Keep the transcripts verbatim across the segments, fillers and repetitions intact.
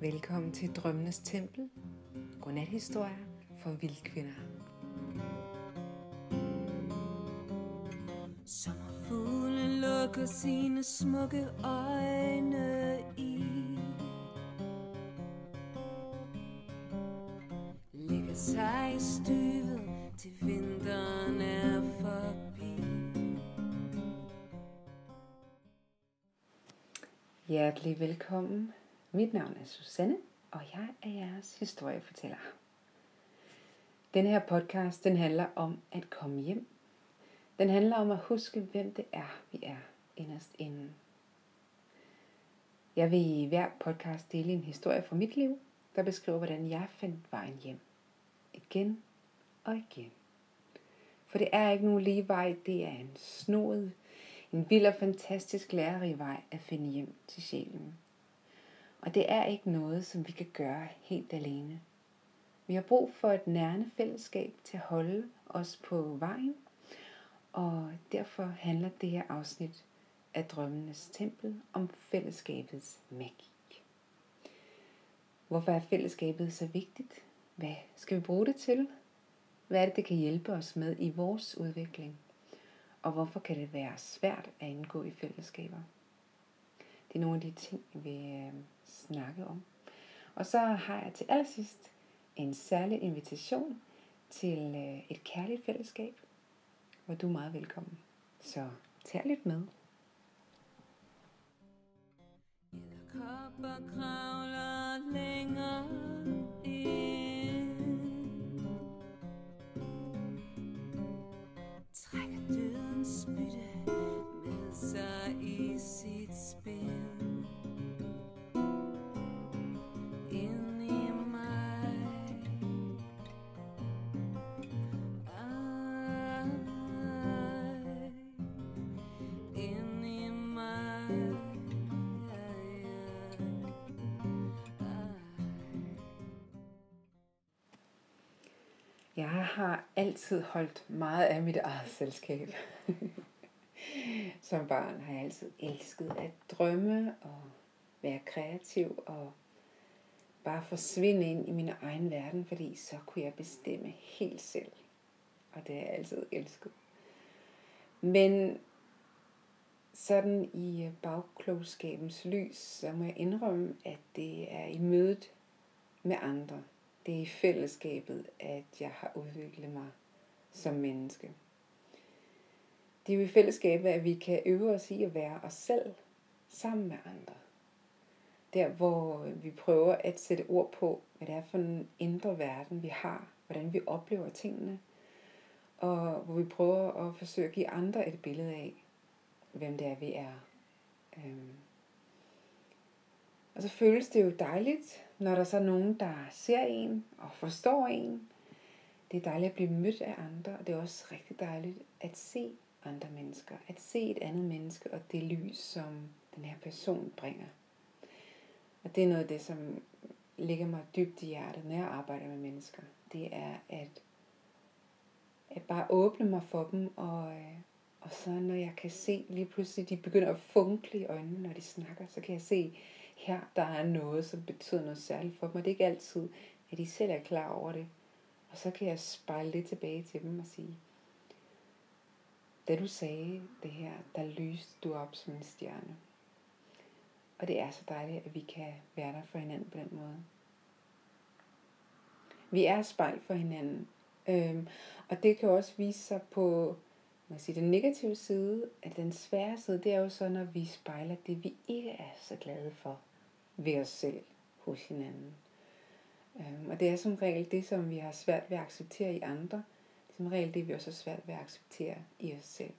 Velkommen til Drømmenes Tempel. Godnathistorier for vildkvinder. Sommerfuglen lukker sine smukke øjne i, lægger sig i støvet til vinteren er forbi. Hjertelig velkommen. Mit navn er Susanne, og jeg er jeres historiefortæller. Denne her podcast, den handler om at komme hjem. Den handler om at huske, hvem det er, vi er inderst inde. Jeg vil i hver podcast dele en historie fra mit liv, der beskriver, hvordan jeg fandt vejen hjem. Igen og igen. For det er ikke nogen lige vej, det er en snoet, en vild og fantastisk lærerig vej at finde hjem til sjælen. Og det er ikke noget, som vi kan gøre helt alene. Vi har brug for et nærende fællesskab til at holde os på vejen, og derfor handler det her afsnit af Drømmenes Tempel om fællesskabets magi. Hvorfor er fællesskabet så vigtigt? Hvad skal vi bruge det til? Hvad er det, det kan hjælpe os med i vores udvikling? Og hvorfor kan det være svært at indgå i fællesskaber? Det er nogle af de ting, vi vil øh, snakke om. Og så har jeg til allersidst en særlig invitation til øh, et kærligt fællesskab, hvor du er meget velkommen. Så tag lidt med. Edderkopper kravler længere ind, trækker dødens spytte med sig i sit spind. Ind i mig, ej, ind i mig, ej, ej. Jeg har altid holdt meget af mit eget selskab. Som barn har jeg altid elsket at drømme og være kreativ og bare forsvinde ind i min egen verden, fordi så kunne jeg bestemme helt selv. Og det har jeg altid elsket. Men sådan i bagklogskabens lys, så må jeg indrømme, at det er i mødet med andre. Det er i fællesskabet, at jeg har udviklet mig som menneske. Det er jo i fællesskabet, at vi kan øve os i at være os selv sammen med andre. Der, hvor vi prøver at sætte ord på, hvad det er for en indre verden, vi har. Hvordan vi oplever tingene. Og hvor vi prøver at forsøge at give andre et billede af, hvem det er, vi er. Øhm. Og så føles det jo dejligt, når der så er nogen, der ser en og forstår en. Det er dejligt at blive mødt af andre, og det er også rigtig dejligt at se andre mennesker. At se et andet menneske og det lys, som den her person bringer. Og det er noget af det, som ligger mig dybt i hjertet, når jeg arbejder med mennesker. Det er at, at bare åbne mig for dem, og, og så når jeg kan se lige pludselig, de begynder at funkle i øjnene, når de snakker, så kan jeg se, her der er noget, som betyder noget særligt for dem. Og det er ikke altid, at de selv er klar over det. Og så kan jeg spejle lidt tilbage til dem og sige, da du sagde det her, der lyste du op som en stjerne. Og det er så dejligt, at vi kan være der for hinanden på den måde. Vi er spejl for hinanden. Øhm, og det kan også vise sig på man siger, den negative side, at den svære side, det er jo så, når vi spejler det, vi ikke er så glade for ved os selv hos hinanden. Øhm, og det er som regel det, som vi har svært ved at acceptere i andre. Det er som regel det, vi også har svært ved at acceptere i os selv.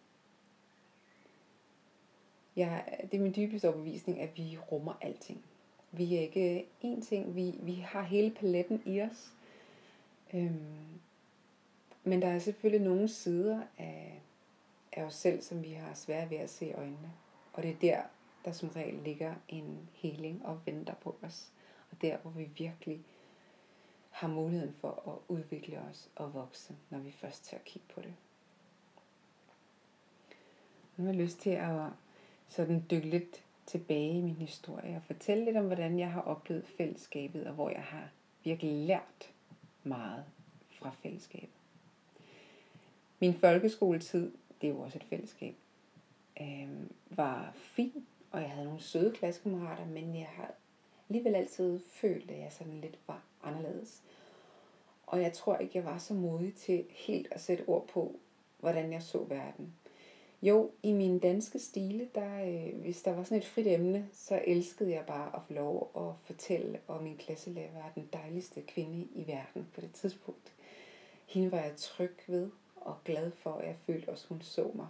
Jeg, det er min dybeste overbevisning, at vi rummer alting. Vi er ikke én ting, vi, vi har hele paletten i os. Øhm, men der er selvfølgelig nogle sider af, af os selv, som vi har svært ved at se i øjnene. Og det er der, der som regel ligger en heling og venter på os. Og der, hvor vi virkelig har muligheden for at udvikle os og vokse, når vi først tør kigge på det. Nu har jeg lyst til at sådan dykke lidt tilbage i min historie og fortælle lidt om, hvordan jeg har oplevet fællesskabet, og hvor jeg har virkelig lært meget fra fællesskabet. Min folkeskoletid, det er jo også et fællesskab, øh, var fin, og jeg havde nogle søde klassekammerater, men jeg har alligevel altid følt, at jeg sådan lidt var anderledes. Og jeg tror ikke, jeg var så modig til helt at sætte ord på, hvordan jeg så verden. Jo, i min danske stile, der, øh, hvis der var sådan et frit emne, så elskede jeg bare at få lov at fortælle, og min klasselærer var den dejligste kvinde i verden på det tidspunkt. Hende var jeg tryg ved og glad for, at jeg følte også, hun så mig.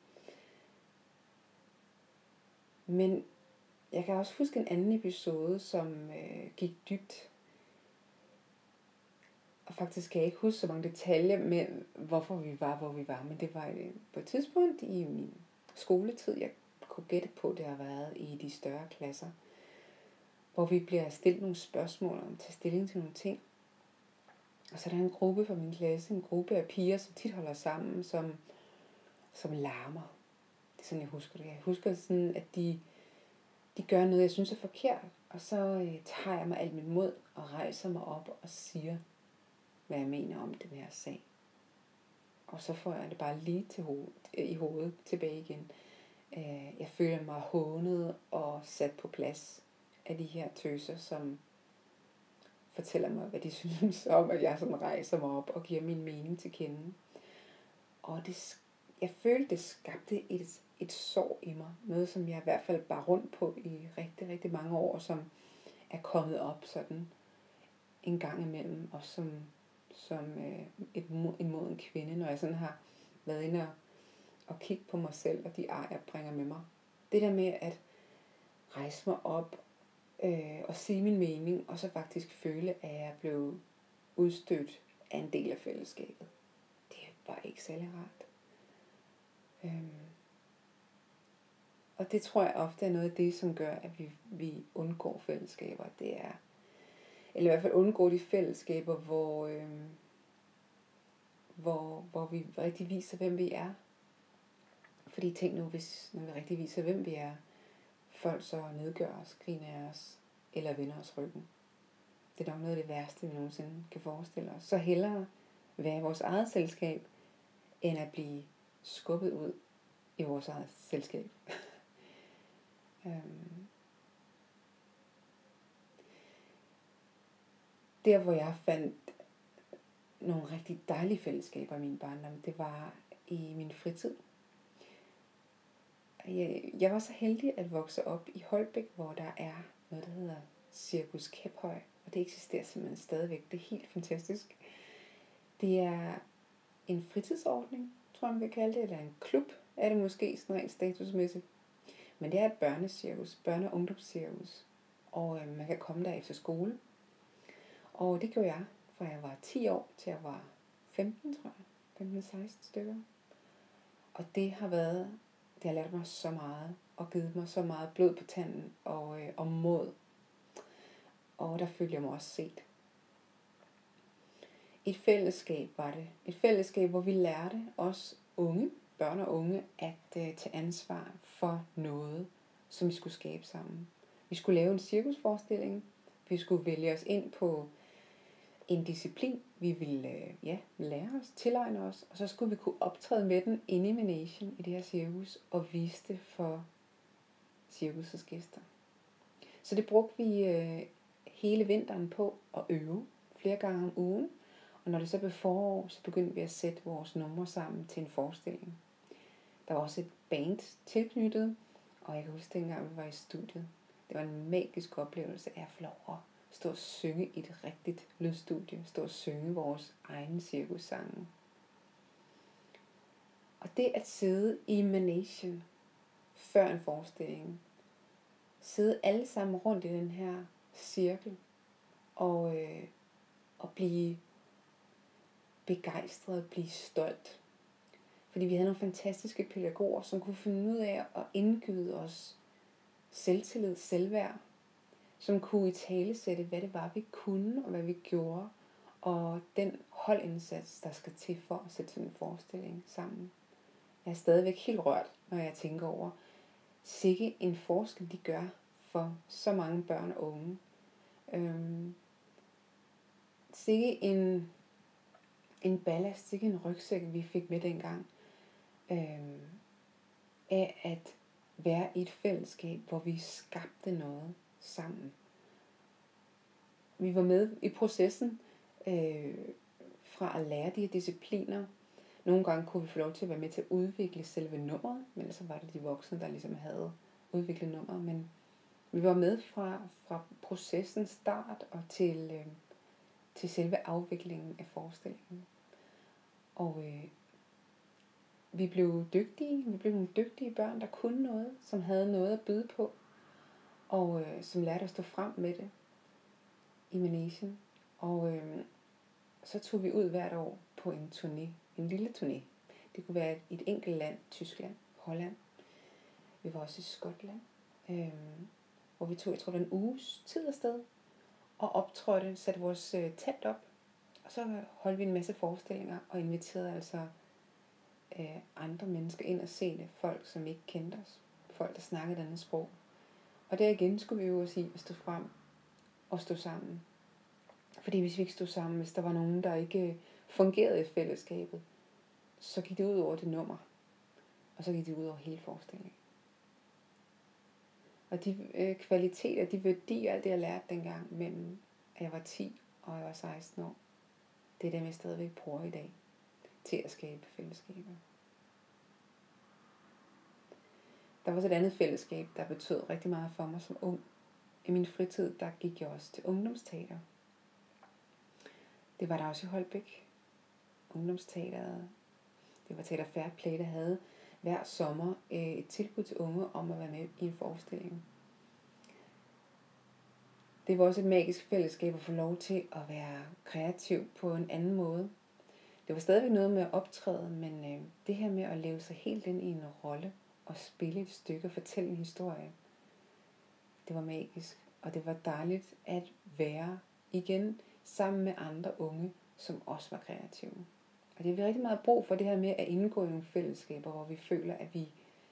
Men jeg kan også huske en anden episode, som øh, gik dybt. Og faktisk kan jeg ikke huske så mange detaljer med, hvorfor vi var, hvor vi var. Men det var øh, på et tidspunkt i min skoletid, jeg kunne gætte på, det har været i de større klasser, hvor vi bliver stillet nogle spørgsmål om at tage stilling til nogle ting. Og så er der en gruppe fra min klasse, en gruppe af piger, som tit holder sammen, som, som larmer. Det er sådan, jeg husker det. Jeg husker sådan, at de, de gør noget, jeg synes er forkert. Og så øh, tager jeg mig alt mit mod og rejser mig op og siger, hvad jeg mener om den her sag. Og så får jeg det bare lige til hoved, i hovedet tilbage igen. Øh, jeg føler mig hånet og sat på plads af de her tøser, som fortæller mig, hvad de synes om, at jeg sådan rejser mig op og giver min mening til kende. Og det, jeg følte, det skabte et, et sår i mig. Noget, som jeg i hvert fald bar rundt på i rigtig, rigtig mange år, som er kommet op sådan en gang imellem. Og som, som øh, et, en moden kvinde, når jeg sådan har været inde og, og kigge på mig selv og de ar, jeg bringer med mig. Det der med at rejse mig op øh, og sige min mening, og så faktisk føle, at jeg blev udstødt af en del af fællesskabet. Det var ikke særlig rart. Øhm. Og det tror jeg ofte er noget af det, som gør, at vi, vi undgår fællesskaber. Det er, eller i hvert fald undgår de fællesskaber, hvor, øhm, hvor, hvor vi rigtig viser, hvem vi er. Fordi tænk nu, hvis når vi rigtig viser, hvem vi er, folk så nedgør os, griner af os, eller vender os ryggen. Det er nok noget af det værste, vi nogensinde kan forestille os. Så hellere være i vores eget selskab, end at blive skubbet ud i vores eget selskab. øhm. Der, hvor jeg fandt nogle rigtig dejlige fællesskaber i min barndom, det var i min fritid. Jeg, jeg var så heldig at vokse op i Holbæk, hvor der er noget, der hedder Cirkus Kæphøj, og det eksisterer simpelthen stadigvæk. Det er helt fantastisk. Det er en fritidsordning, tror jeg, man kan kalde det, eller en klub, er det måske sådan rent statusmæssigt. Men det er et børnecirkus, børne- og ungdomscirkus, og øh, man kan komme der efter skole. Og det gjorde jeg, fra jeg var ti år til jeg var femten, tror jeg, femten seksten stykker. Og det har været, det har lært mig så meget, og givet mig så meget blod på tanden, og, øh, og mod. Og der følte jeg mig også set. Et fællesskab var det. Et fællesskab, hvor vi lærte os unge, børn og unge, at øh, tage ansvar for noget, som vi skulle skabe sammen. Vi skulle lave en cirkusforestilling. Vi skulle vælge os ind på en disciplin, vi ville øh, ja, lære os, tilegne os, og så skulle vi kunne optræde med den inde i managen i det her cirkus, og vise det for cirkusets gæster. Så det brugte vi øh, hele vinteren på at øve flere gange om ugen, og når det så blev forår, så begyndte vi at sætte vores numre sammen til en forestilling. Der var også et band tilknyttet, og jeg kan huske dengang vi var i studiet. Det var en magisk oplevelse af at få lov at stå og synge i et rigtigt lydstudie. Stå og synge vores egne cirkussange. Og det at sidde i managen før en forestilling. Sidde alle sammen rundt i den her cirkel. Og, øh, og blive begejstret, blive stolt. Fordi vi havde nogle fantastiske pædagoger, som kunne finde ud af at indgyde os selvtillid, selvværd, som kunne italesætte, hvad det var, vi kunne, og hvad vi gjorde, og den holdindsats, der skal til for at sætte sådan en forestilling sammen. Jeg er stadigvæk helt rørt, når jeg tænker over, sikke en forskel de gør for så mange børn og unge. Øhm, sikke en, en ballast, sikke en rygsæk, vi fik med dengang, øhm, af at være i et fællesskab, hvor vi skabte noget sammen. Vi var med i processen øh, fra at lære de her discipliner. Nogle gange kunne vi få lov til at være med til at udvikle selve nummeret, men ellers var det de voksne, der ligesom havde udviklet nummeret. Men vi var med fra, fra processens start og til, øh, til selve afviklingen af forestillingen. Og øh, vi blev dygtige. Vi blev nogle dygtige børn, der kunne noget, som havde noget at byde på, og øh, som lærte at stå frem med det i Manesien. Og øh, så tog vi ud hvert år på en turné, en lille turné. Det kunne være et enkelt land, Tyskland, Holland. Vi var også i Skotland, øh, hvor vi tog, jeg tror det var en uges tid afsted, og optrådte, satte vores øh, telt op, og så holdt vi en masse forestillinger, og inviterede altså øh, andre mennesker ind og se det. Folk, som ikke kendte os. Folk, der snakkede et andet sprog. Og der igen skulle vi jo sige at stå frem og stå sammen. Fordi hvis vi ikke stod sammen, hvis der var nogen, der ikke fungerede i fællesskabet, så gik det ud over det nummer. Og så gik det ud over hele forestillingen. Og de øh, kvaliteter, de værdier, alt det jeg lærte dengang, mellem at jeg var ti og jeg var seksten år, det er dem, jeg stadigvæk bruger i dag til at skabe fællesskaber. Der var også et andet fællesskab, der betød rigtig meget for mig som ung. I min fritid, der gik jeg også til ungdomsteater. Det var der også i Holbæk. Ungdomsteateret. Det var Teater Fair Play, der havde hver sommer et tilbud til unge om at være med i en forestilling. Det var også et magisk fællesskab at få lov til at være kreativ på en anden måde. Det var stadigvæk noget med at optræde, men øh, det her med at leve sig helt ind i en rolle og spille et stykke og fortælle en historie, det var magisk. Og det var dejligt at være igen sammen med andre unge, som også var kreative. Og det er vi rigtig meget brug for, det her med at indgå i nogle fællesskaber, hvor vi føler, at vi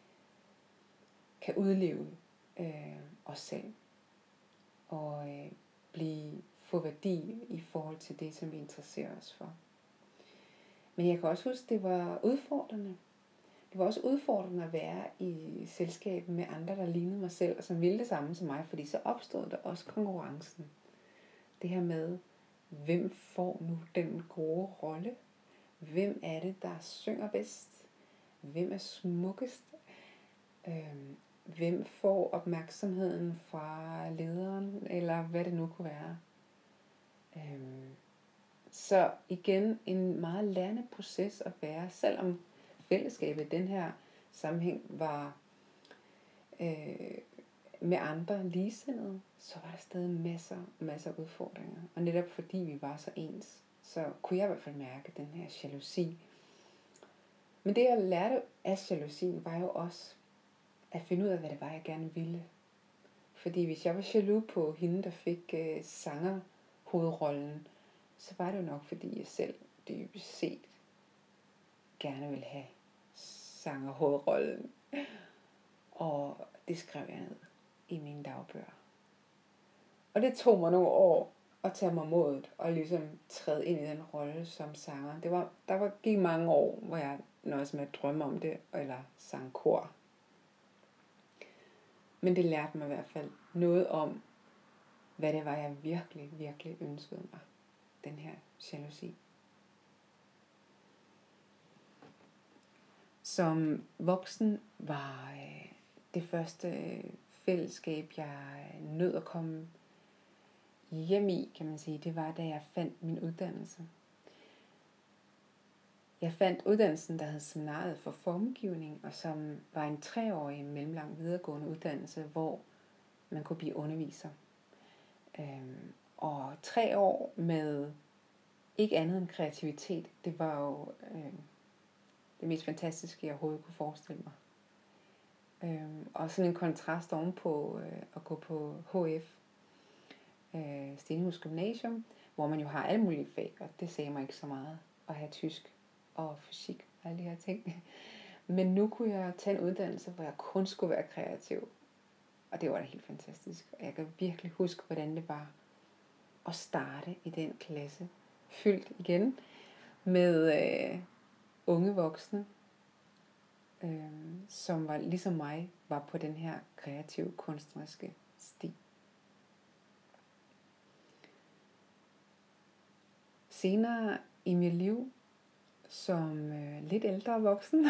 kan udleve øh, os selv. Og øh, blive, få værdi i forhold til det, som vi interesserer os for. Men jeg kan også huske, det var udfordrende. Det var også udfordrende at være i selskab med andre, der lignede mig selv, og som ville det samme som mig, fordi så opstod der også konkurrencen. Det her med, hvem får nu den gode rolle? Hvem er det, der synger bedst? Hvem er smukkest? Øhm, hvem får opmærksomheden fra lederen, eller hvad det nu kunne være? Øhm, så igen en meget lærende proces at være, selvom fællesskabet i den her sammenhæng var øh, med andre ligesindede, så var der stadig masser, masser af udfordringer. Og netop fordi vi var så ens, så kunne jeg i hvert fald mærke den her jalousi. Men det jeg lærte af jalousien var jo også at finde ud af, hvad det var, jeg gerne ville. Fordi hvis jeg var jaloux på hende, der fik øh, sangerhovedrollen, så var det jo nok, fordi jeg selv dybest set gerne ville have sangerhovedrollen. Og det skrev jeg ned i mine dagbøger. Og det tog mig nogle år at tage mig modet og ligesom træde ind i den rolle som sanger. Det var, der var, gik mange år, hvor jeg nøjes med at drømme om det, eller sang kor. Men det lærte mig i hvert fald noget om, hvad det var, jeg virkelig, virkelig ønskede mig. Den her jalousi. Som voksen var øh, det første fællesskab, jeg nød at komme hjem i, kan man sige, det var, da jeg fandt min uddannelse. Jeg fandt uddannelsen, der hed Seminariet for Formgivning, og som var en treårig mellemlang videregående uddannelse, hvor man kunne blive underviser. Øhm, og tre år med ikke andet end kreativitet, det var jo øh, det mest fantastiske, jeg overhovedet kunne forestille mig. Øhm, og sådan en kontrast ovenpå øh, at gå på H F, øh, Stenhus Gymnasium, hvor man jo har alle mulige fag, og det sagde mig ikke så meget, at have tysk og fysik og alle de her ting. Men nu kunne jeg tage en uddannelse, hvor jeg kun skulle være kreativ. Og det var da helt fantastisk. Og jeg kan virkelig huske, hvordan det var at starte i den klasse. Fyldt igen med øh, unge voksne, øh, som var ligesom mig, var på den her kreative, kunstneriske sti. Senere i mit liv, som øh, lidt ældre voksen,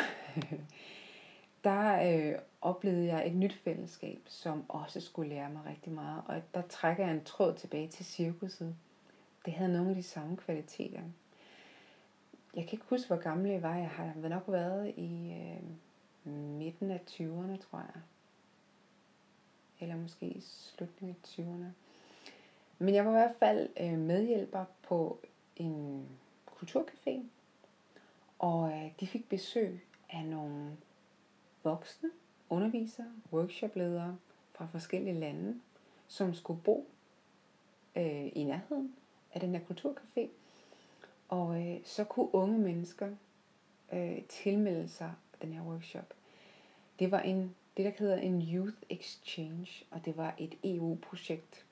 der øh, oplevede jeg et nyt fællesskab, som også skulle lære mig rigtig meget. Og der trækker jeg en tråd tilbage til cirkuset. Det havde nogle af de samme kvaliteter. Jeg kan ikke huske, hvor gammel jeg var. Jeg har nok været i øh, midten af tyverne, tror jeg. Eller måske i slutningen af tyverne. Men jeg var i hvert fald øh, medhjælper på en kulturcafé. Og øh, de fik besøg af nogle voksne undervisere, workshopledere fra forskellige lande, som skulle bo øh, i nærheden af den her kulturcafé. Og øh, så kunne unge mennesker øh, tilmelde sig den her workshop. Det var en, det, der hedder en Youth Exchange, og det var et E U-projekt.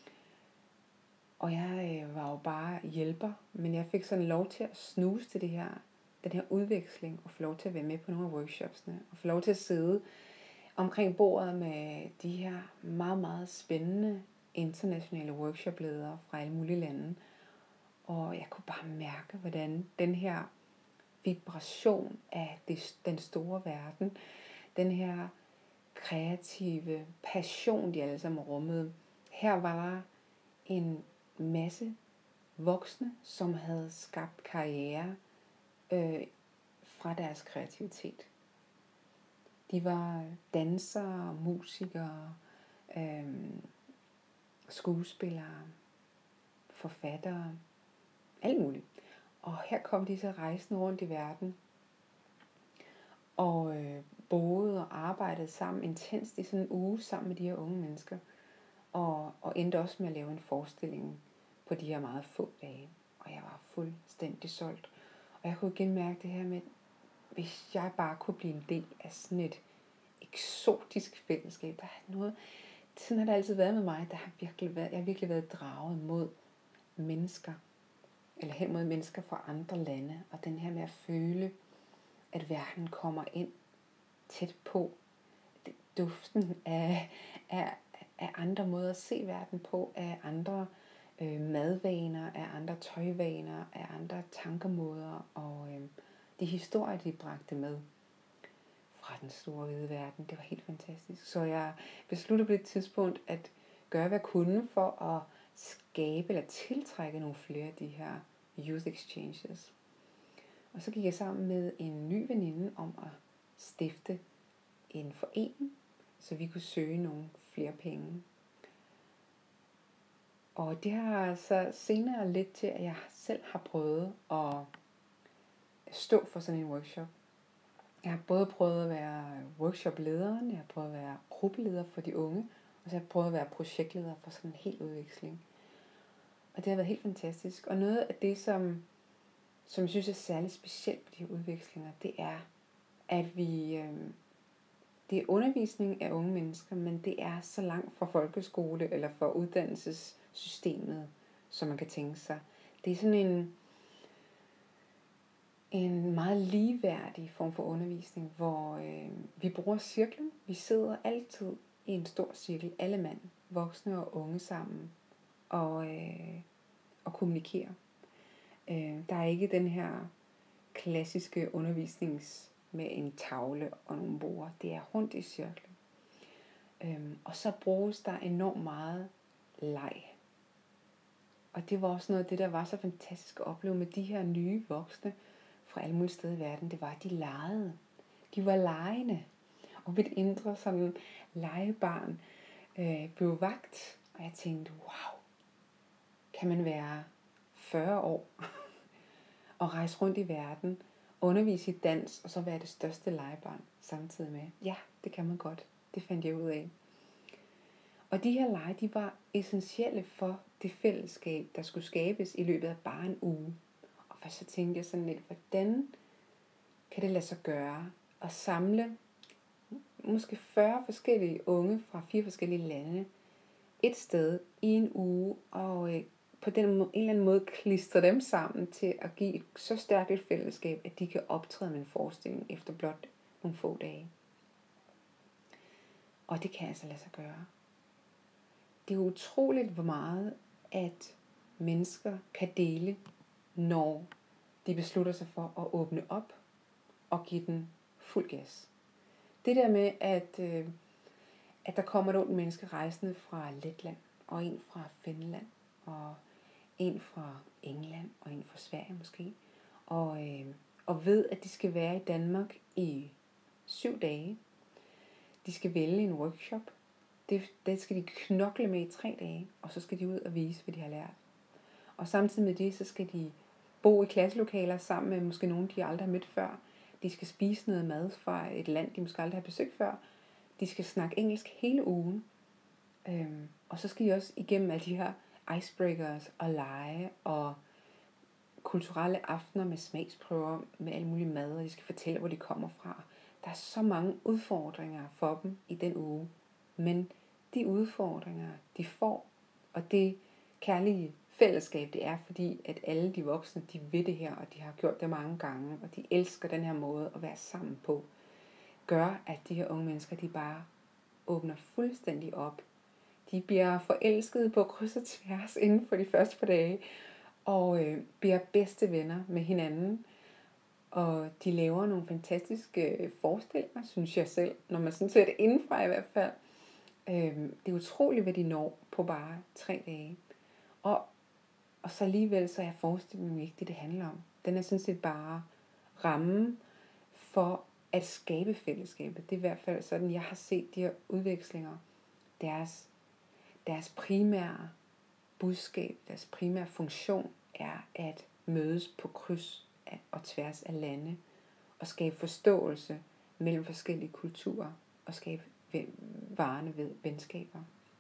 Og jeg øh, var jo bare hjælper, men jeg fik sådan lov til at snuse til det her, den her udveksling, og få lov til at være med på nogle af workshopsene, og få lov til at sidde omkring bordet med de her meget, meget spændende internationale workshopledere fra alle mulige lande. Og jeg kunne bare mærke, hvordan den her vibration af det, den store verden, den her kreative passion, de alle sammen rummede. Her var der en masse voksne, som havde skabt karriere øh, fra deres kreativitet. De var dansere, musikere, øh, skuespillere, forfattere, alt muligt. Og her kom de så rejsende rundt i verden og øh, boede og arbejdede sammen intenst i sådan en uge sammen med de her unge mennesker. Og, og endte også med at lave en forestilling på de her meget få dage. Og jeg var fuldstændig solgt. Og jeg kunne igen mærke det her med, hvis jeg bare kunne blive en del af sådan et eksotisk fællesskab. Der er noget, sådan har det altid været med mig. Der har virkelig været, jeg har virkelig været draget mod mennesker. Eller hen mod mennesker fra andre lande. Og den her med at føle, at verden kommer ind tæt på. Duften af, af, af andre måder at se verden på. Af andre øh, madvaner, af andre tøjvaner, af andre tankemåder. Og øh, de historier, de bragte med fra den store hvide verden. Det var helt fantastisk. Så jeg besluttede på et tidspunkt at gøre, hvad jeg kunne for at skabe eller tiltrække nogle flere af de her youth exchanges. Og så gik jeg sammen med en ny veninde om at stifte en forening, så vi kunne søge nogle flere penge. Og det har så senere lidt til, at jeg selv har prøvet at stå for sådan en workshop. Jeg har både prøvet at være workshoplederen, jeg har prøvet at være gruppeleder for de unge, og så har jeg prøvet at være projektleder for sådan en hel udveksling. Og det har været helt fantastisk. Og noget af det, som, som jeg synes er særligt specielt på de her udvekslinger, det er, at vi, øh, det er undervisning af unge mennesker, men det er så langt fra folkeskole eller fra uddannelsessystemet, som man kan tænke sig. Det er sådan en, en meget ligeværdig form for undervisning, hvor øh, vi bruger cirklen. Vi sidder altid i en stor cirkel, alle mand, voksne og unge sammen, og, øh, og kommunikerer. Øh, der er ikke den her klassiske undervisnings med en tavle og nogle borde. Det er rundt i cirklen. Øh, og så bruges der enormt meget leg. Og det var også noget af det, der var så fantastisk at opleve med de her nye voksne fra alle mulige steder i verden. Det var, at de legede. De var legende. Og mit indre sådan legebarn øh, blev vagt. Og jeg tænkte, wow, kan man være fyrre år og rejse rundt i verden, undervise i dans, og så være det største legebarn samtidig med? Ja, det kan man godt. Det fandt jeg ud af. Og de her lege, de var essentielle for det fællesskab, der skulle skabes i løbet af bare en uge. Og så tænkte jeg sådan lidt, hvordan kan det lade sig gøre at samle måske fyrre forskellige unge fra fire forskellige lande et sted i en uge, og øh, på den måde, en eller anden måde klistre dem sammen til at give et så stærkt et fællesskab, at de kan optræde med en forestilling efter blot nogle få dage. Og det kan altså lade sig gøre. Det er utroligt, hvor meget at mennesker kan dele, når de beslutter sig for at åbne op og give den fuld gas. Det der med, at, øh, at der kommer et ungt menneske rejsende fra Letland, og en fra Finland, og en fra England, og en fra Sverige måske, og, øh, og ved, at de skal være i Danmark i syv dage. De skal vælge en workshop. Det, det skal de knokle med i tre dage, og så skal de ud og vise, hvad de har lært. Og samtidig med det, så skal de bo i klasselokaler sammen med måske nogen, de aldrig har mødt før. De skal spise noget mad fra et land, de måske aldrig har besøgt før. De skal snakke engelsk hele ugen. Øhm, og så skal de også igennem alle de her icebreakers og lege og kulturelle aftener med smagsprøver med alle mulige mad, og de skal fortælle, hvor de kommer fra. Der er så mange udfordringer for dem i den uge. Men de udfordringer, de får, og det kærlige fællesskab, det er, fordi at alle de voksne, de ved det her, og de har gjort det mange gange, og de elsker den her måde at være sammen på, gør, at de her unge mennesker, de bare åbner fuldstændig op. De bliver forelskede på kryds og tværs inden for de første par dage, og øh, bliver bedste venner med hinanden. Og de laver nogle fantastiske forestillinger, synes jeg selv, når man sådan ser det indenfra i hvert fald. Øh, det er utroligt, hvad de når på bare tre dage. Og, og så alligevel, så er forestillingen ikke det, det handler om. Den er sådan set bare rammen for at skabe fællesskabet. Det er i hvert fald sådan, jeg har set de her udvekslinger. Deres, deres primære budskab, deres primære funktion er at mødes på kryds og tværs af lande og skabe forståelse mellem forskellige kulturer og skabe varende ved venskaber.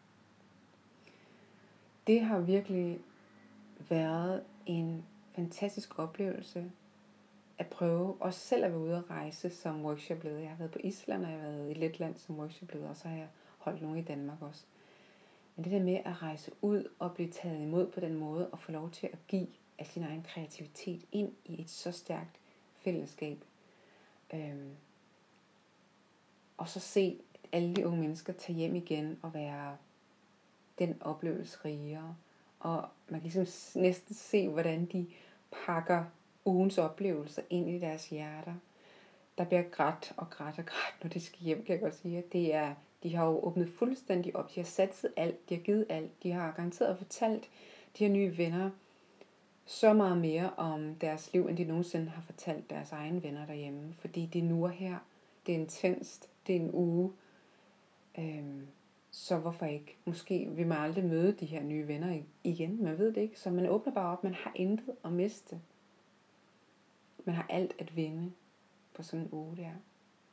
Det har virkelig været en fantastisk oplevelse at prøve også selv at være ude at rejse som workshopleder. Jeg har været på Island, og jeg har været i Letland som workshopleder, og så har jeg holdt nogle i Danmark også. Men det der med at rejse ud og blive taget imod på den måde, og få lov til at give af sin egen kreativitet ind i et så stærkt fællesskab. Øhm, og så se alle de unge mennesker tage hjem igen og være den oplevelse rigere. Og man kan ligesom næsten se, hvordan de pakker ugens oplevelser ind i deres hjerter. Der bliver grædt og grædt og grædt, når de skal hjem, kan jeg godt sige. Det er, de har jo åbnet fuldstændig op. De har satset alt, de har givet alt. De har garanteret fortalt de her nye venner så meget mere om deres liv, end de nogensinde har fortalt deres egne venner derhjemme. Fordi det er nu og her. Det er intenst. Det er en uge. Øhm, så hvorfor ikke? Måske vil man aldrig møde de her nye venner igen. Man ved det ikke. Så man åbner bare op. Man har intet at miste. Man har alt at vinde på sådan en uge der.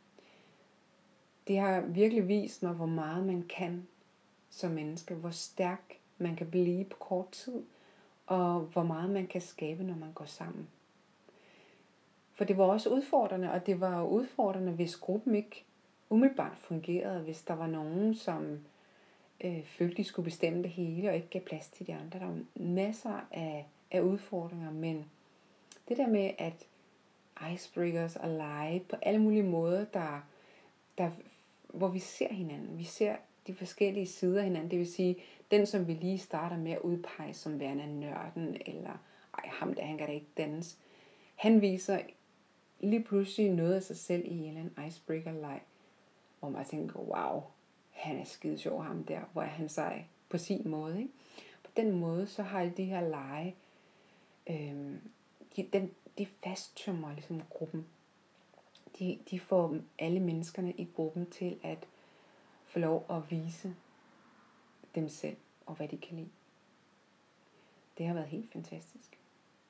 Det har virkelig vist mig, hvor meget man kan som menneske. Hvor stærk man kan blive på kort tid. Og hvor meget man kan skabe, når man går sammen. For det var også udfordrende, og det var udfordrende, hvis gruppen ikke umiddelbart fungerede. Hvis der var nogen, som øh, følte, de skulle bestemme det hele, og ikke gav plads til de andre. Der var masser af, af udfordringer, men det der med at icebreakers og lege på alle mulige måder, der, der, hvor vi ser hinanden. Vi ser de forskellige sider af hinanden. Det vil sige, den som vi lige starter med at udpege som værende nørden, eller ej, ham der, han kan da ikke danse. Han viser lige pludselig noget af sig selv i en eller anden icebreaker-leg, hvor man tænker, wow, han er skide sjov ham der, hvor er han sej på sin måde. Ikke? På den måde, så har de her lege, øh, de, den, de fasttømmer ligesom gruppen. De, de får alle menneskerne i gruppen til at få lov at vise dem selv, og hvad de kan lide. Det har været helt fantastisk.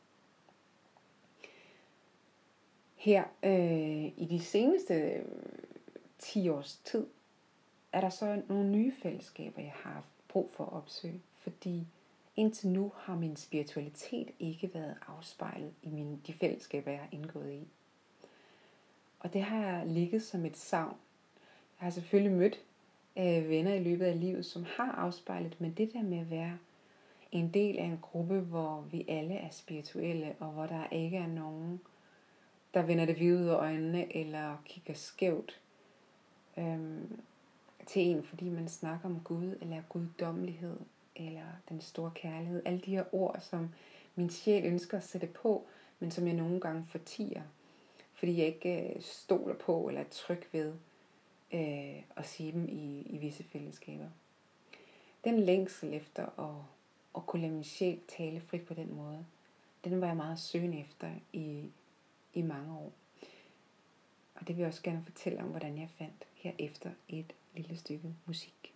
Her øh, i de seneste øh, ti års tid, er der så nogle nye fællesskaber, jeg har haft brug for at opsøge. Fordi indtil nu har min spiritualitet ikke været afspejlet i mine, de fællesskaber, jeg har indgået i. Og det har ligget som et savn. Jeg har selvfølgelig mødt øh, venner i løbet af livet, som har afspejlet, men det der med at være en del af en gruppe, hvor vi alle er spirituelle, og hvor der ikke er nogen, der vender det hvide ud af øjnene, eller kigger skævt øhm, til en, fordi man snakker om Gud, eller guddommelighed, eller den store kærlighed. Alle de her ord, som min sjæl ønsker at sætte på, men som jeg nogle gange fortier, fordi jeg ikke øh, stoler på, eller er tryg ved øh, at sige dem i, i visse fællesskaber. Den længsel efter at, at kunne lade min sjæl tale frit på den måde, den var jeg meget søgende efter i, i mange år. Og det vil jeg også gerne fortælle om, hvordan jeg fandt her efter et lille stykke musik.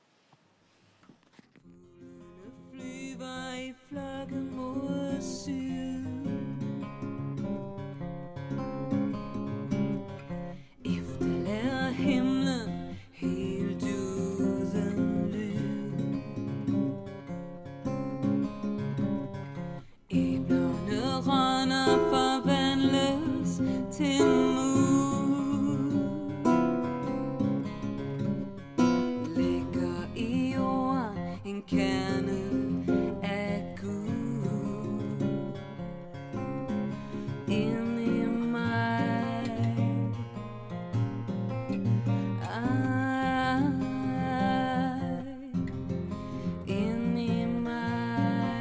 Flyver i flokke mod syd. Efterlader himlen helt uden lyd. Æblerne rådner forvandles til muld. Ligger i jorden en kerne af Gud ind i mig. Ej, ind i mig.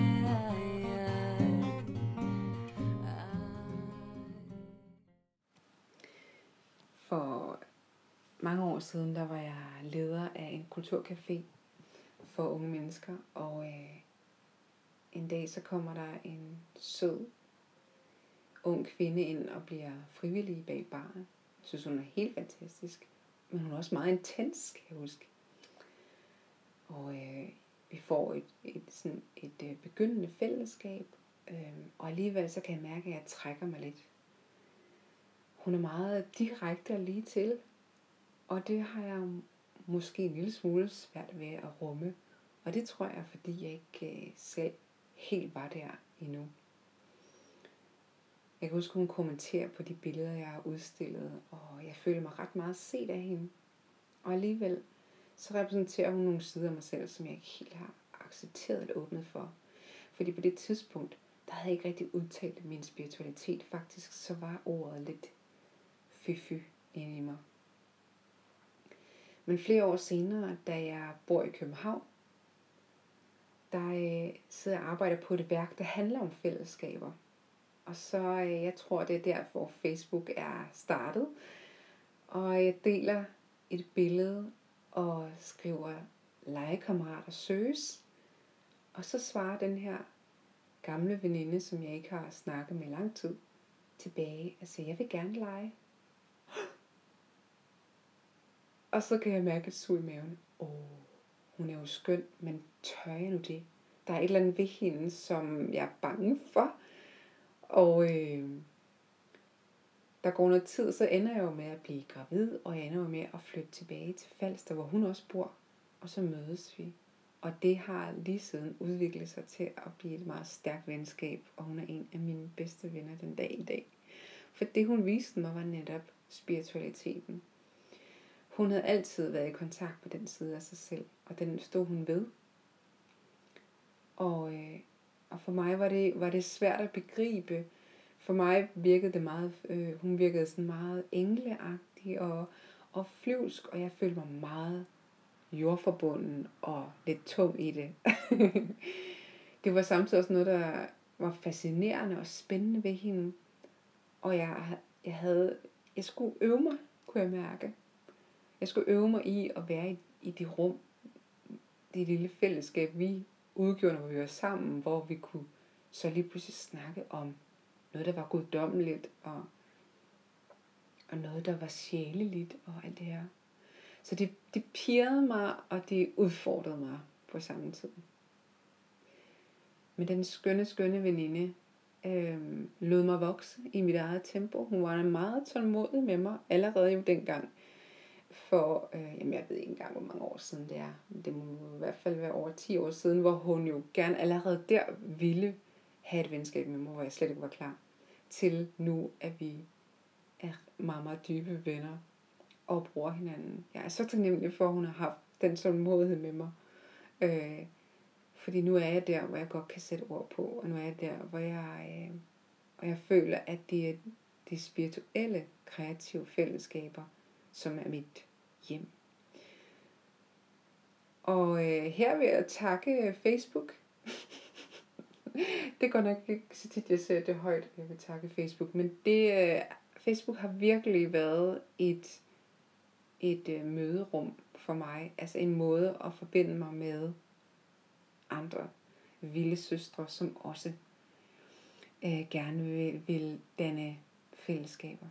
For mange år siden, der var jeg leder af en kulturcafé for unge mennesker, og øh, en dag så kommer der en sød ung kvinde ind og bliver frivillig bag baren. Jeg synes, hun er helt fantastisk, men hun er også meget intens, kan jeg huske. Og øh, vi får et, et, sådan et øh, begyndende fællesskab, øh, og alligevel så kan jeg mærke, at jeg trækker mig lidt. Hun er meget direkte og lige til, og det har jeg måske en lille smule svært ved at rumme. Og det tror jeg, fordi jeg ikke øh, selv helt var der endnu. Jeg kan huske, hun kommenterer på de billeder, jeg har udstillet, og jeg føler mig ret meget set af hende. Og alligevel, så repræsenterer hun nogle sider af mig selv, som jeg ikke helt har accepteret eller åbnet for. Fordi på det tidspunkt, der havde jeg ikke rigtig udtalt min spiritualitet. Faktisk så var ordet lidt fy-fy inde i mig. Men flere år senere, da jeg bor i København, der øh, sidder jeg og arbejder på et værk, der handler om fællesskaber. Og så, øh, jeg tror, det er der, hvor Facebook er startet. Og jeg deler et billede og skriver, legekammerater søges. Og så svarer den her gamle veninde, som jeg ikke har snakket med i lang tid, tilbage og siger, jeg vil gerne lege. Og så kan jeg mærke et sug i maven. Åh, hun er jo skøn, men tør jeg nu det? Der er et eller andet ved hende, som jeg er bange for. Og øh, der går noget tid, så ender jeg jo med at blive gravid, og jeg ender jo med at flytte tilbage til Falster, hvor hun også bor. Og så mødes vi. Og det har lige siden udviklet sig til at blive et meget stærkt venskab, og hun er en af mine bedste venner den dag i dag. For det hun viste mig var netop spiritualiteten. Hun havde altid været i kontakt på den side af sig selv, og den stod hun ved. Og, øh, og for mig var det, var det svært at begribe. For mig virkede det meget, øh, hun virkede sådan meget engleagtig og, og flyvsk, og jeg følte mig meget jordforbunden og lidt tung i det. Det var samtidig også noget, der var fascinerende og spændende ved hende. Og jeg, jeg havde, jeg skulle øve mig, kunne jeg mærke. Jeg skulle øve mig i at være i, i de rum, det lille fællesskab, vi udgjorde, når vi var sammen, hvor vi kunne så lige pludselig snakke om noget, der var guddommeligt, og, og noget, der var sjæleligt, og alt det her. Så det, det pirrede mig, og det udfordrede mig på samme tid. Men den skønne, skønne veninde øh, lod mig vokse i mit eget tempo. Hun var meget tålmodig med mig, allerede jo dengang. For, øh, jamen jeg ved ikke engang, hvor mange år siden det er. Det må i hvert fald være over ti år siden, hvor hun jo gerne allerede der ville have et venskab med mig, hvor jeg slet ikke var klar. Til nu, at vi er meget, meget dybe venner og bruger hinanden. Jeg er så taknemmelig for, at hun har haft den tålmodighed med mig. Øh, fordi nu er jeg der, hvor jeg godt kan sætte ord på, og nu er jeg der, hvor jeg, øh, hvor jeg føler, at det er de spirituelle, kreative fællesskaber, som er mit hjem. Og øh, her vil jeg takke Facebook. Det går nok ikke så tit, jeg ser det højt, jeg vil takke Facebook. Men det, øh, Facebook har virkelig været et, et øh, møderum for mig. Altså en måde at forbinde mig med andre vilde søstre, som også øh, gerne vil, vil danne fællesskaber.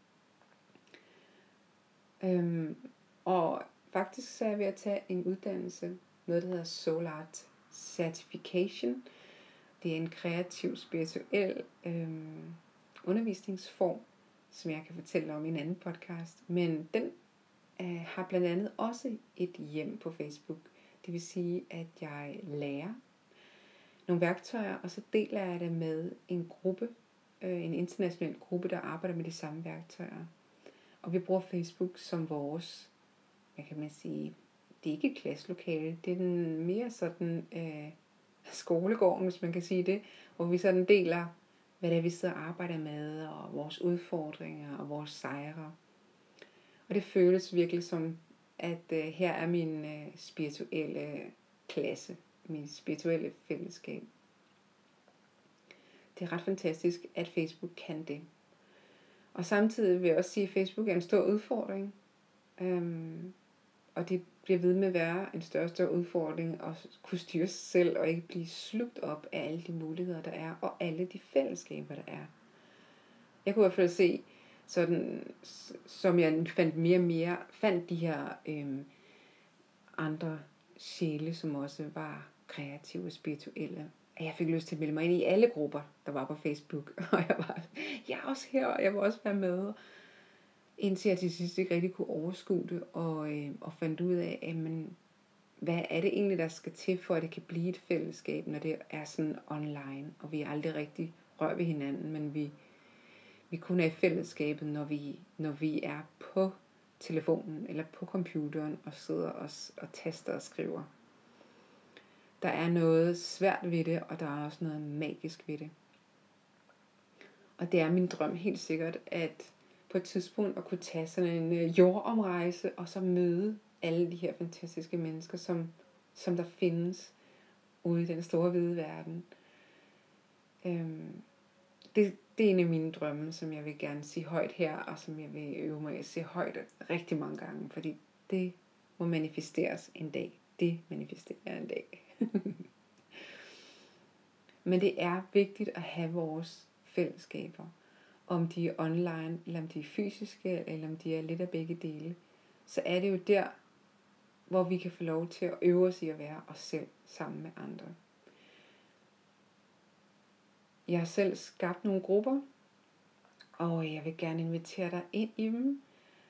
Øhm, og faktisk så er jeg ved at tage en uddannelse, noget der hedder Soul Art Certification. Det er en kreativ, spirituel øhm, undervisningsform, som jeg kan fortælle om i en anden podcast. Men den øh, har blandt andet også et hjem på Facebook. Det vil sige, at jeg lærer nogle værktøjer, og så deler jeg det med en gruppe, øh, en international gruppe, der arbejder med de samme værktøjer. Og vi bruger Facebook som vores, hvad kan man sige, det er ikke et klasselokale, det er den mere sådan øh, skolegården, hvis man kan sige det, hvor vi sådan deler, hvad det er, vi sidder og arbejder med, og vores udfordringer og vores sejre. Og det føles virkelig som, at øh, her er min øh, spirituelle klasse, min spirituelle fællesskab. Det er ret fantastisk, at Facebook kan det. Og samtidig vil jeg også sige, at Facebook er en stor udfordring. Øhm, og det bliver ved med at være en større større udfordring at kunne styre sig selv og ikke blive slugt op af alle de muligheder, der er, og alle de fællesskaber, der er. Jeg kunne i hvert fald se, sådan, som jeg fandt mere og mere, fandt de her øhm, andre sjæle, som også var kreative og spirituelle. At jeg fik lyst til at melde mig ind i alle grupper, der var på Facebook. Og jeg var, jeg er også her, og jeg vil også være med. Indtil jeg til sidst ikke rigtig kunne overskue det, og, øh, og fandt ud af, jamen, hvad er det egentlig, der skal til, for at det kan blive et fællesskab, når det er sådan online, og vi aldrig rigtig rører ved hinanden, men vi, vi kun er i fællesskabet, når vi, når vi er på telefonen eller på computeren og sidder og, og taster og skriver. Der er noget svært ved det, og der er også noget magisk ved det. Og det er min drøm helt sikkert, at på et tidspunkt at kunne tage sådan en jordomrejse, og så møde alle de her fantastiske mennesker, som, som der findes ude i den store hvide verden. Øhm, det, det er en af mine drømme, som jeg vil gerne sige højt her, og som jeg vil øve mig at sige højt rigtig mange gange, fordi det må manifesteres en dag. Det manifesterer en dag. Men det er vigtigt at have vores fællesskaber. Om de er online, eller om de er fysiske, eller om de er lidt af begge dele. Så er det jo der, hvor vi kan få lov til at øve os i at være os selv sammen med andre. Jeg har selv skabt nogle grupper, og jeg vil gerne invitere dig ind i dem.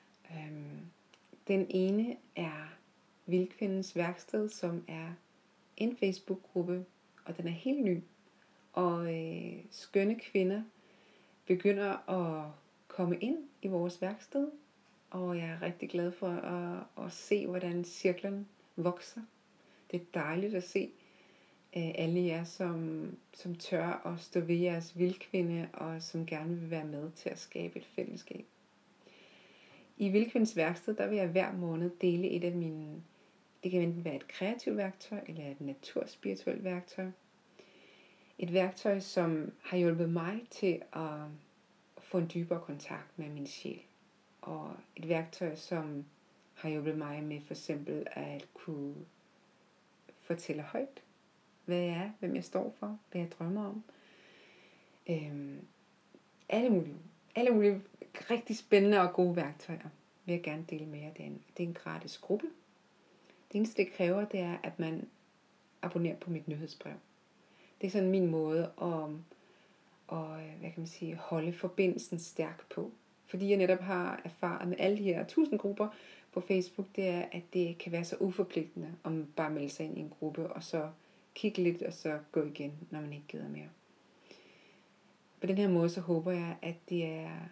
Den ene er Vildkvindens Værksted, som er en Facebook-gruppe, og den er helt ny. Og øh, skønne kvinder begynder at komme ind i vores værksted, og jeg er rigtig glad for at, at se, hvordan cirklen vokser. Det er dejligt at se øh, alle jer, som, som tør at stå ved jeres vildkvinde, og som gerne vil være med til at skabe et fællesskab. I Vildkvindens Værksted, der vil jeg hver måned dele et af mine, det kan enten være et kreativt værktøj, eller et naturspirituelt værktøj. Et værktøj, som har hjulpet mig til at få en dybere kontakt med min sjæl. Og et værktøj, som har hjulpet mig med for eksempel at kunne fortælle højt, hvad jeg er, hvem jeg står for, hvad jeg drømmer om. Øhm, alle mulige, alle mulige rigtig spændende og gode værktøjer vil jeg gerne dele med jer. Det er en, det er en gratis gruppe. Det eneste, det kræver, det er, at man abonnerer på mit nyhedsbrev. Det er sådan min måde at, og, hvad kan man sige, holde forbindelsen stærk på. Fordi jeg netop har erfaret med alle de her tusind grupper på Facebook, det er, at det kan være så uforpligtende, om bare melde sig ind i en gruppe, og så kigge lidt, og så gå igen, når man ikke gider mere. På den her måde, så håber jeg, at det er,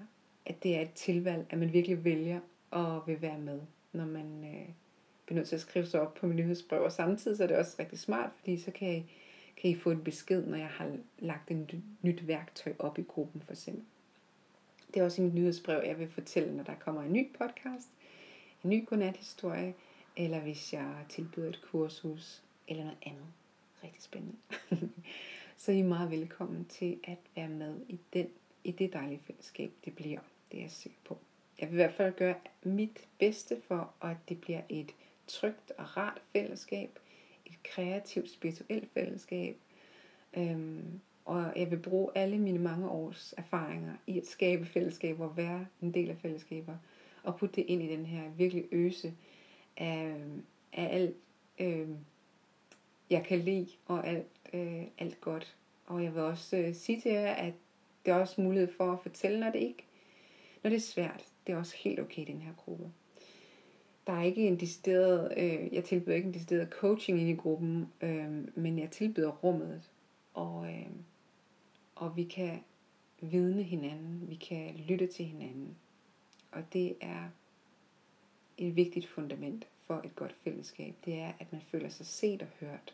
at det er et tilvalg, at man virkelig vælger at vil være med, når man øh, bliver nødt til at skrive sig op på min nyhedsbrev. Og samtidig så er det også rigtig smart, fordi så kan I, kan I få en besked, når jeg har lagt et nyt værktøj op i gruppen for eksempel. Det er også i mit nyhedsbrev, jeg vil fortælle, når der kommer en ny podcast, en ny godnathistorie, eller hvis jeg tilbyder et kursus, eller noget andet. Rigtig spændende. Så I er meget velkommen til at være med i, den, i det dejlige fællesskab, det bliver. Det er jeg sikker på. Jeg vil i hvert fald gøre mit bedste for, at det bliver et trygt og rart fællesskab. Et kreativt, spirituelt fællesskab. Øhm, og jeg vil bruge alle mine mange års erfaringer i at skabe fællesskaber og være en del af fællesskaber. Og putte det ind i den her virkelig øse af, af alt, øh, jeg kan lide og alt, øh, alt godt. Og jeg vil også øh, sige til jer, at det er også mulighed for at fortælle, når det ikke når det er svært. Det er også helt okay i den her gruppe. Der er ikke en decideret, øh, jeg tilbyder ikke en decideret coaching ind i gruppen, øh, men jeg tilbyder rummet. Og, øh, og vi kan vidne hinanden, vi kan lytte til hinanden. Og det er et vigtigt fundament for et godt fællesskab. Det er, at man føler sig set og hørt.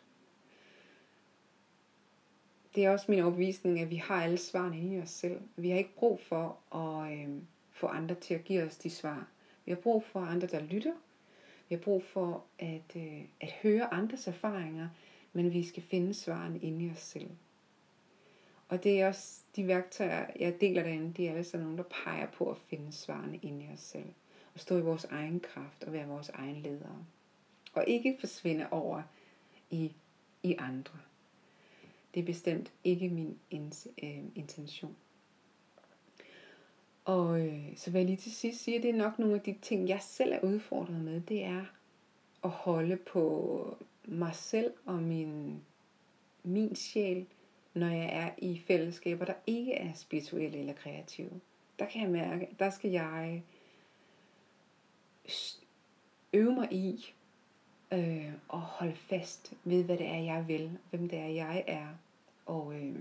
Det er også min overbevisning, at vi har alle svarene inde i os selv. Vi har ikke brug for at øh, få andre til at give os de svar. Vi har brug for andre, der lytter. Vi har brug for at, øh, at høre andres erfaringer, men vi skal finde svarene inde i os selv. Og det er også de værktøjer, jeg deler derinde, de er alle sammen nogen, der peger på at finde svarene inde i os selv. Og stå i vores egen kraft og være vores egen ledere. Og ikke forsvinde over i, i andre. Det er bestemt ikke min ins, øh, intention. Og øh, så vil jeg lige til sidst sige, at det er nok nogle af de ting, jeg selv er udfordret med. Det er at holde på mig selv og min, min sjæl, når jeg er i fællesskaber, der ikke er spirituelle eller kreative. Der kan jeg mærke, der skal jeg øve mig i øh, at holde fast ved, hvad det er, jeg vil, hvem det er, jeg er. Og, øh,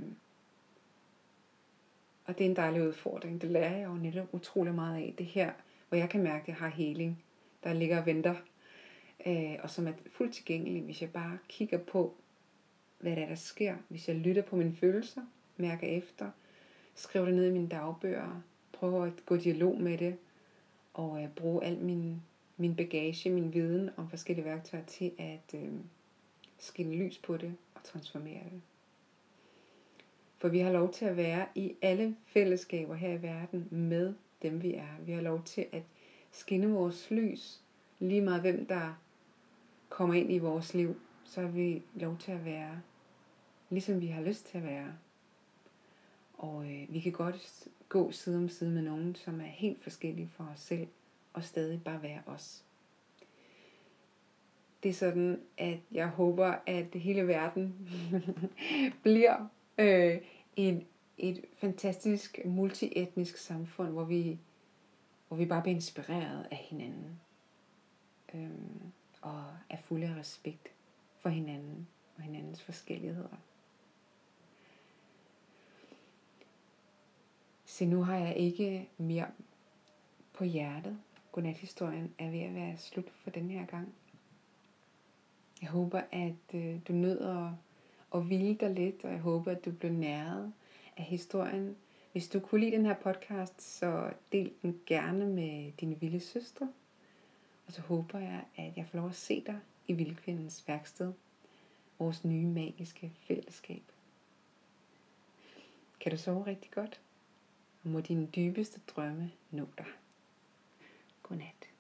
og det er en dejlig udfordring. Det lærer jeg jo netop utrolig meget af. Det her, hvor jeg kan mærke, at jeg har healing, der ligger og venter. Øh, og som er fuldt tilgængelig, hvis jeg bare kigger på, hvad der, der sker. Hvis jeg lytter på mine følelser, mærker efter, skriver det ned i mine dagbøger, prøver at gå i dialog med det, og øh, bruge al min, min bagage, min viden om forskellige værktøjer til at øh, skinne lys på det og transformere det. For vi har lov til at være i alle fællesskaber her i verden med dem vi er. Vi har lov til at skinne vores lys, lige meget hvem der kommer ind i vores liv, så har vi lov til at være, ligesom vi har lyst til at være. Og øh, vi kan godt gå side om side med nogen, som er helt forskellige fra os selv, og stadig bare være os. Det er sådan, at jeg håber, at hele verden bliver øh, et, et fantastisk multietnisk samfund, hvor vi, hvor vi bare bliver inspireret af hinanden. Øh, og er fulde af respekt for hinanden og hinandens forskelligheder. Så nu har jeg ikke mere på hjertet. Godnathistorien er ved at være slut for den her gang. Jeg håber, at øh, du nød at, at hvile dig lidt, og jeg håber, at du blev næret af historien. Hvis du kunne lide den her podcast, så del den gerne med dine vilde søstre. Og så håber jeg, at jeg får lov at se dig i Vildkvindens værksted. Vores nye magiske fællesskab. Kan du sove rigtig godt? Og må dine dybeste drømme nå dig. Godnat.